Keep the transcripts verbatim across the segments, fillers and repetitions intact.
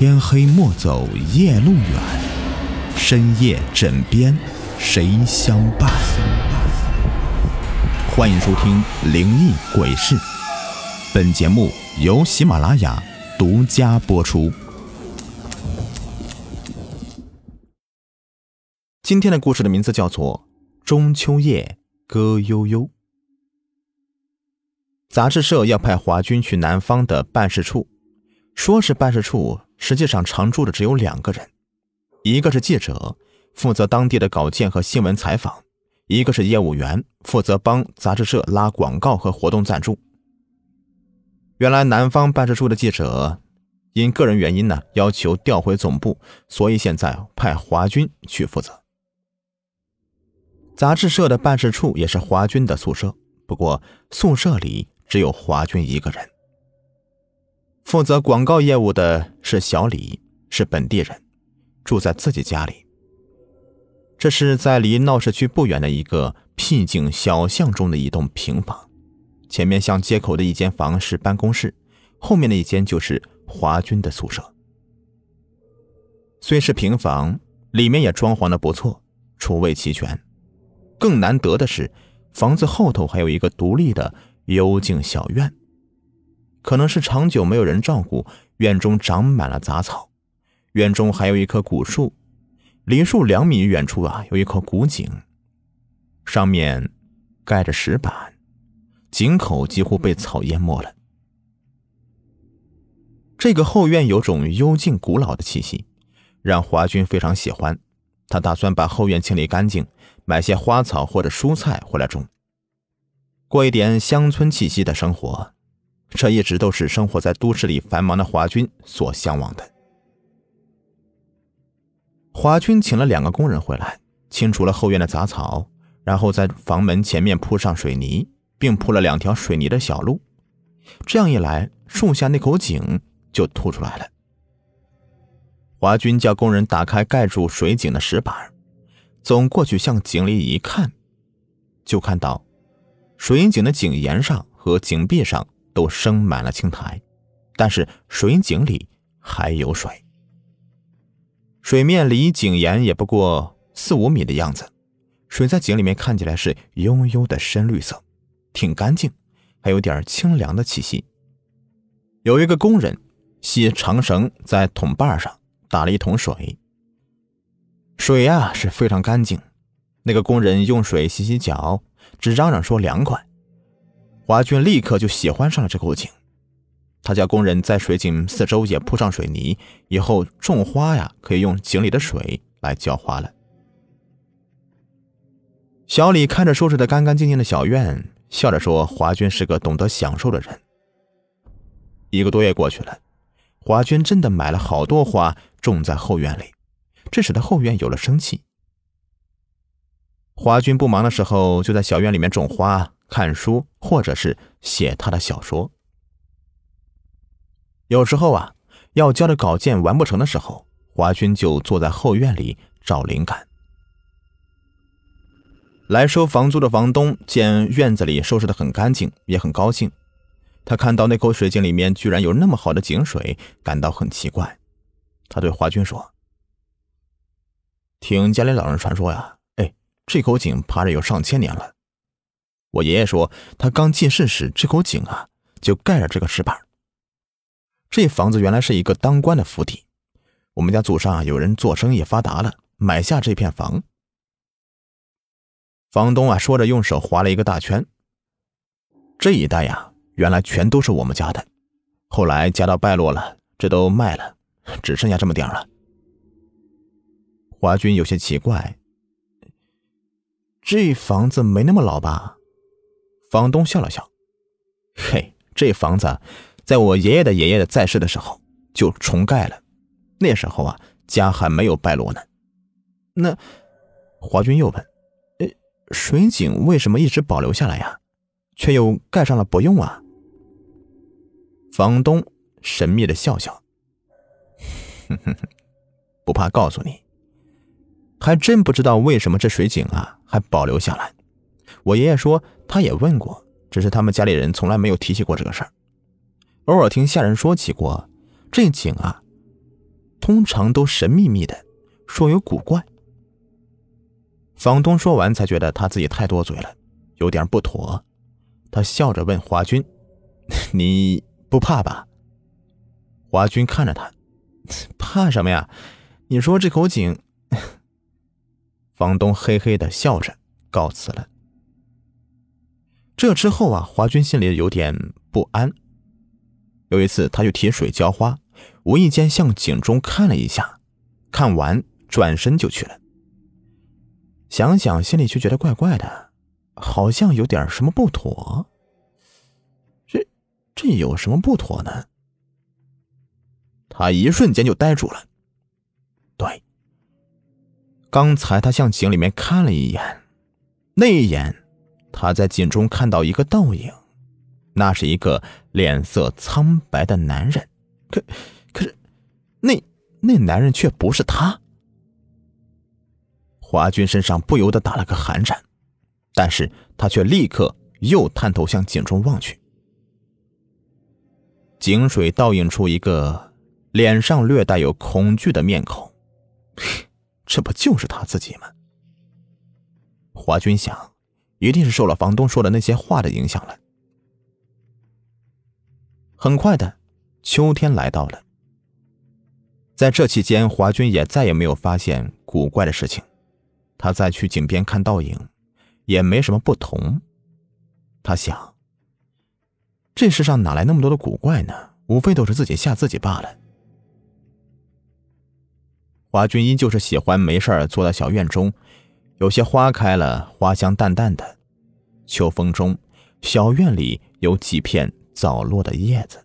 天黑莫走夜路远，深夜枕边谁相伴？欢迎收听灵异鬼事，本节目由喜马拉雅独家播出。今天的故事的名字叫做中秋夜歌悠悠。杂志社要派华军去南方的办事处，说是办事处，实际上常驻的只有两个人，一个是记者，负责当地的稿件和新闻采访，一个是业务员，负责帮杂志社拉广告和活动赞助。原来南方办事处的记者因个人原因呢，要求调回总部，所以现在派华军去负责。杂志社的办事处也是华军的宿舍，不过宿舍里只有华军一个人。负责广告业务的是小李，是本地人，住在自己家里。这是在离闹市区不远的一个僻静小巷中的一栋平房，前面向街口的一间房是办公室，后面的一间就是华军的宿舍。虽是平房，里面也装潢得不错，厨卫齐全。更难得的是，房子后头还有一个独立的幽静小院。可能是长久没有人照顾，院中长满了杂草。院中还有一棵古树，离树两米远处啊，有一口古井，上面盖着石板，井口几乎被草淹没了。这个后院有种幽静古老的气息，让华军非常喜欢。他打算把后院清理干净，买些花草或者蔬菜回来种，过一点乡村气息的生活。这一直都是生活在都市里繁忙的华军所向往的。华军请了两个工人回来，清除了后院的杂草，然后在房门前面铺上水泥，并铺了两条水泥的小路。这样一来，树下那口井就凸出来了。华军叫工人打开盖住水井的石板，走过去向井里一看，就看到水井的井沿上和井壁上都生满了青苔，但是水井里还有水。水面离井沿也不过四五米的样子，水在井里面看起来是悠悠的深绿色，挺干净，还有点清凉的气息。有一个工人系长绳在桶把上打了一桶水，水啊是非常干净。那个工人用水洗洗脚，只嚷嚷说凉快。华军立刻就喜欢上了这口井，他叫工人在水井四周也铺上水泥，以后种花呀可以用井里的水来浇花了。小李看着收拾得干干净净的小院，笑着说华军是个懂得享受的人。一个多月过去了，华军真的买了好多花种在后院里，这使得后院有了生气。华军不忙的时候就在小院里面种花、看书，或者是写他的小说。有时候啊，要交的稿件完不成的时候，华军就坐在后院里找灵感。来收房租的房东见院子里收拾得很干净，也很高兴。他看到那口水井里面居然有那么好的井水，感到很奇怪。他对华军说：听家里老人传说呀，哎，这口井怕是有上千年了。我爷爷说他刚进世时，这口井啊就盖着这个石板。这房子原来是一个当官的府邸，我们家祖上啊有人做生意发达了，买下这片房。房东啊说着用手划了一个大圈，这一带呀原来全都是我们家的，后来家道败落了，这都卖了，只剩下这么点了。华军有些奇怪，这房子没那么老吧？房东笑了笑，嘿，这房子在我爷爷的爷爷在世的时候就重盖了，那时候啊家还没有败落呢。那华军又问，诶，水井为什么一直保留下来呀，却又盖上了不用啊？房东神秘的笑笑，哼哼哼，不怕告诉你，还真不知道为什么这水井啊还保留下来。我爷爷说他也问过，只是他们家里人从来没有提起过这个事儿。偶尔听下人说起过，这井啊通常都神秘秘的，说有古怪。房东说完才觉得他自己太多嘴了，有点不妥。他笑着问华军：你不怕吧？华军看着他：怕什么呀？你说这口井……房东嘿嘿的笑着告辞了。这之后啊，华军心里有点不安。有一次他去提水浇花，无意间向井中看了一下，看完转身就去了。想想心里却觉得怪怪的，好像有点什么不妥。这这有什么不妥呢？他一瞬间就呆住了。对，刚才他向井里面看了一眼，那一眼他在井中看到一个倒影，那是一个脸色苍白的男人。可可是那那男人却不是他。华军身上不由得打了个寒颤，但是他却立刻又探头向井中望去。井水倒映出一个脸上略带有恐惧的面孔，这不就是他自己吗？华军想，一定是受了房东说的那些话的影响了。很快的，秋天来到了。在这期间，华军也再也没有发现古怪的事情。他再去井边看倒影，也没什么不同。他想，这世上哪来那么多的古怪呢？无非都是自己吓自己罢了。华军依旧是喜欢没事坐在小院中，有些花开了，花香淡淡的。秋风中，小院里有几片早落的叶子。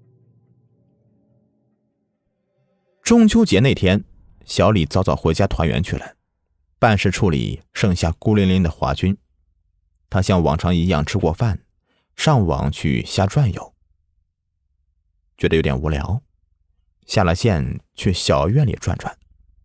中秋节那天，小李早早回家团圆去了。办事处里剩下孤零零的华军，他像往常一样吃过饭，上网去瞎转悠，觉得有点无聊，下了线去小院里转转。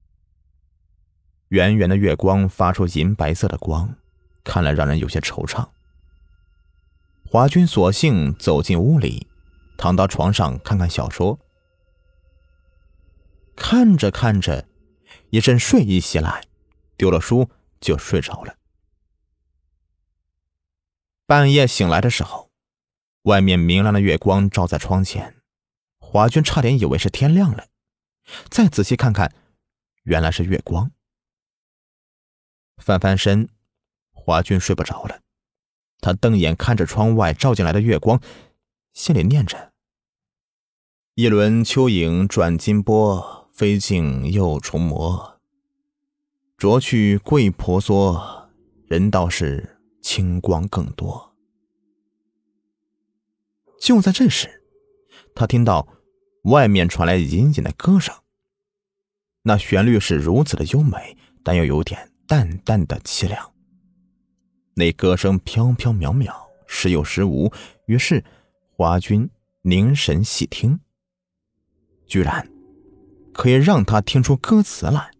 圆圆的月光发出银白色的光，看了让人有些惆怅。华军索性走进屋里，躺到床上看看小说。看着看着，一阵睡意袭来，丢了书就睡着了。半夜醒来的时候，外面明亮的月光照在窗前，华军差点以为是天亮了，再仔细看看，原来是月光。翻翻身，华军睡不着了，他瞪眼看着窗外照进来的月光，心里念着：一轮秋影转金波，飞镜又重磨。濯去桂婆娑，人道是清光更多。就在这时，他听到外面传来隐隐的歌声，那旋律是如此的优美，但又有点淡淡的凄凉。那歌声飘飘渺渺，时有时无，于是华军凝神细听，居然可以让他听出歌词来。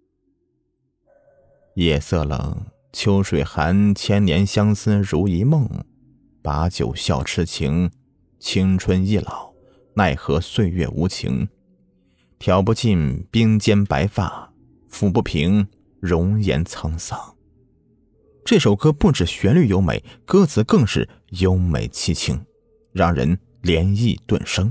夜色冷，秋水寒，千年相思如一梦。把酒笑痴情，青春易老，奈何岁月无情。挑不尽鬓间白发，抚不平容颜沧桑。这首歌不止旋律优美，歌词更是优美凄清，让人涟漪顿生。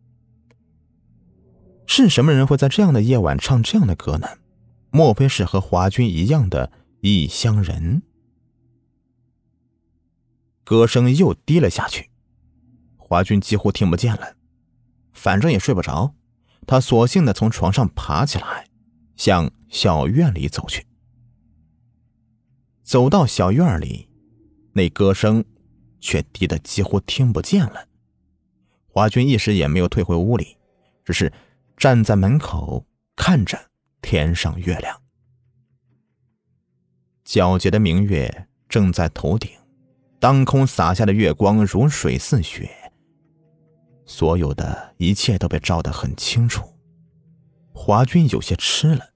是什么人会在这样的夜晚唱这样的歌呢？莫非是和华军一样的异乡人？歌声又低了下去，华军几乎听不见了。反正也睡不着，他索性的从床上爬起来，向小院里走去。走到小院里，那歌声却低得几乎听不见了。华军一时也没有退回屋里，只是站在门口看着天上月亮。皎洁的明月正在头顶，当空洒下的月光如水似雪，所有的一切都被照得很清楚。华军有些吃了。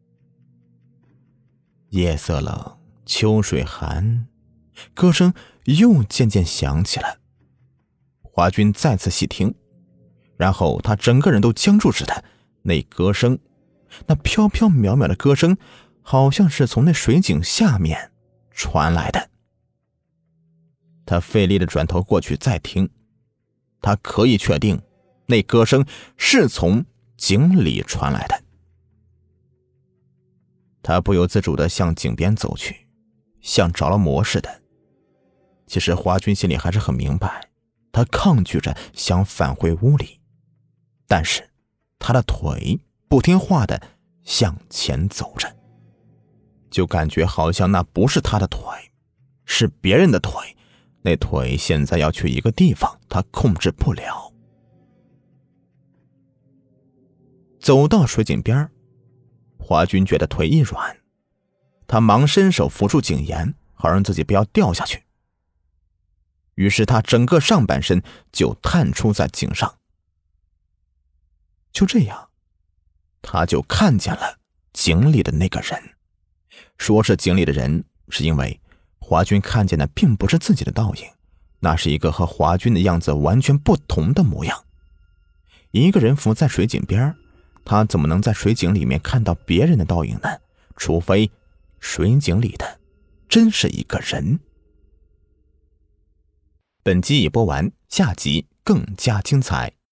夜色冷，秋水寒，歌声又渐渐响起来。华军再次细听，然后他整个人都僵住似的， 那歌声，那飘飘渺渺的歌声，好像是从那水井下面传来的。他费力地转头过去再听，他可以确定那歌声是从井里传来的。他不由自主地向井边走去，像着了魔似的。其实华军心里还是很明白，他抗拒着想返回屋里，但是他的腿不听话地向前走着，就感觉好像那不是他的腿，是别人的腿，那腿现在要去一个地方，他控制不了。走到水井边，华军觉得腿一软，他忙伸手扶住井沿，好让自己不要掉下去。于是他整个上半身就探出在井上。就这样，他就看见了井里的那个人。说是井里的人，是因为华军看见的并不是自己的倒影，那是一个和华军的样子完全不同的模样。一个人浮在水井边，他怎么能在水井里面看到别人的倒影呢？除非水井里的真是一个人。本集已播完，下集更加精彩。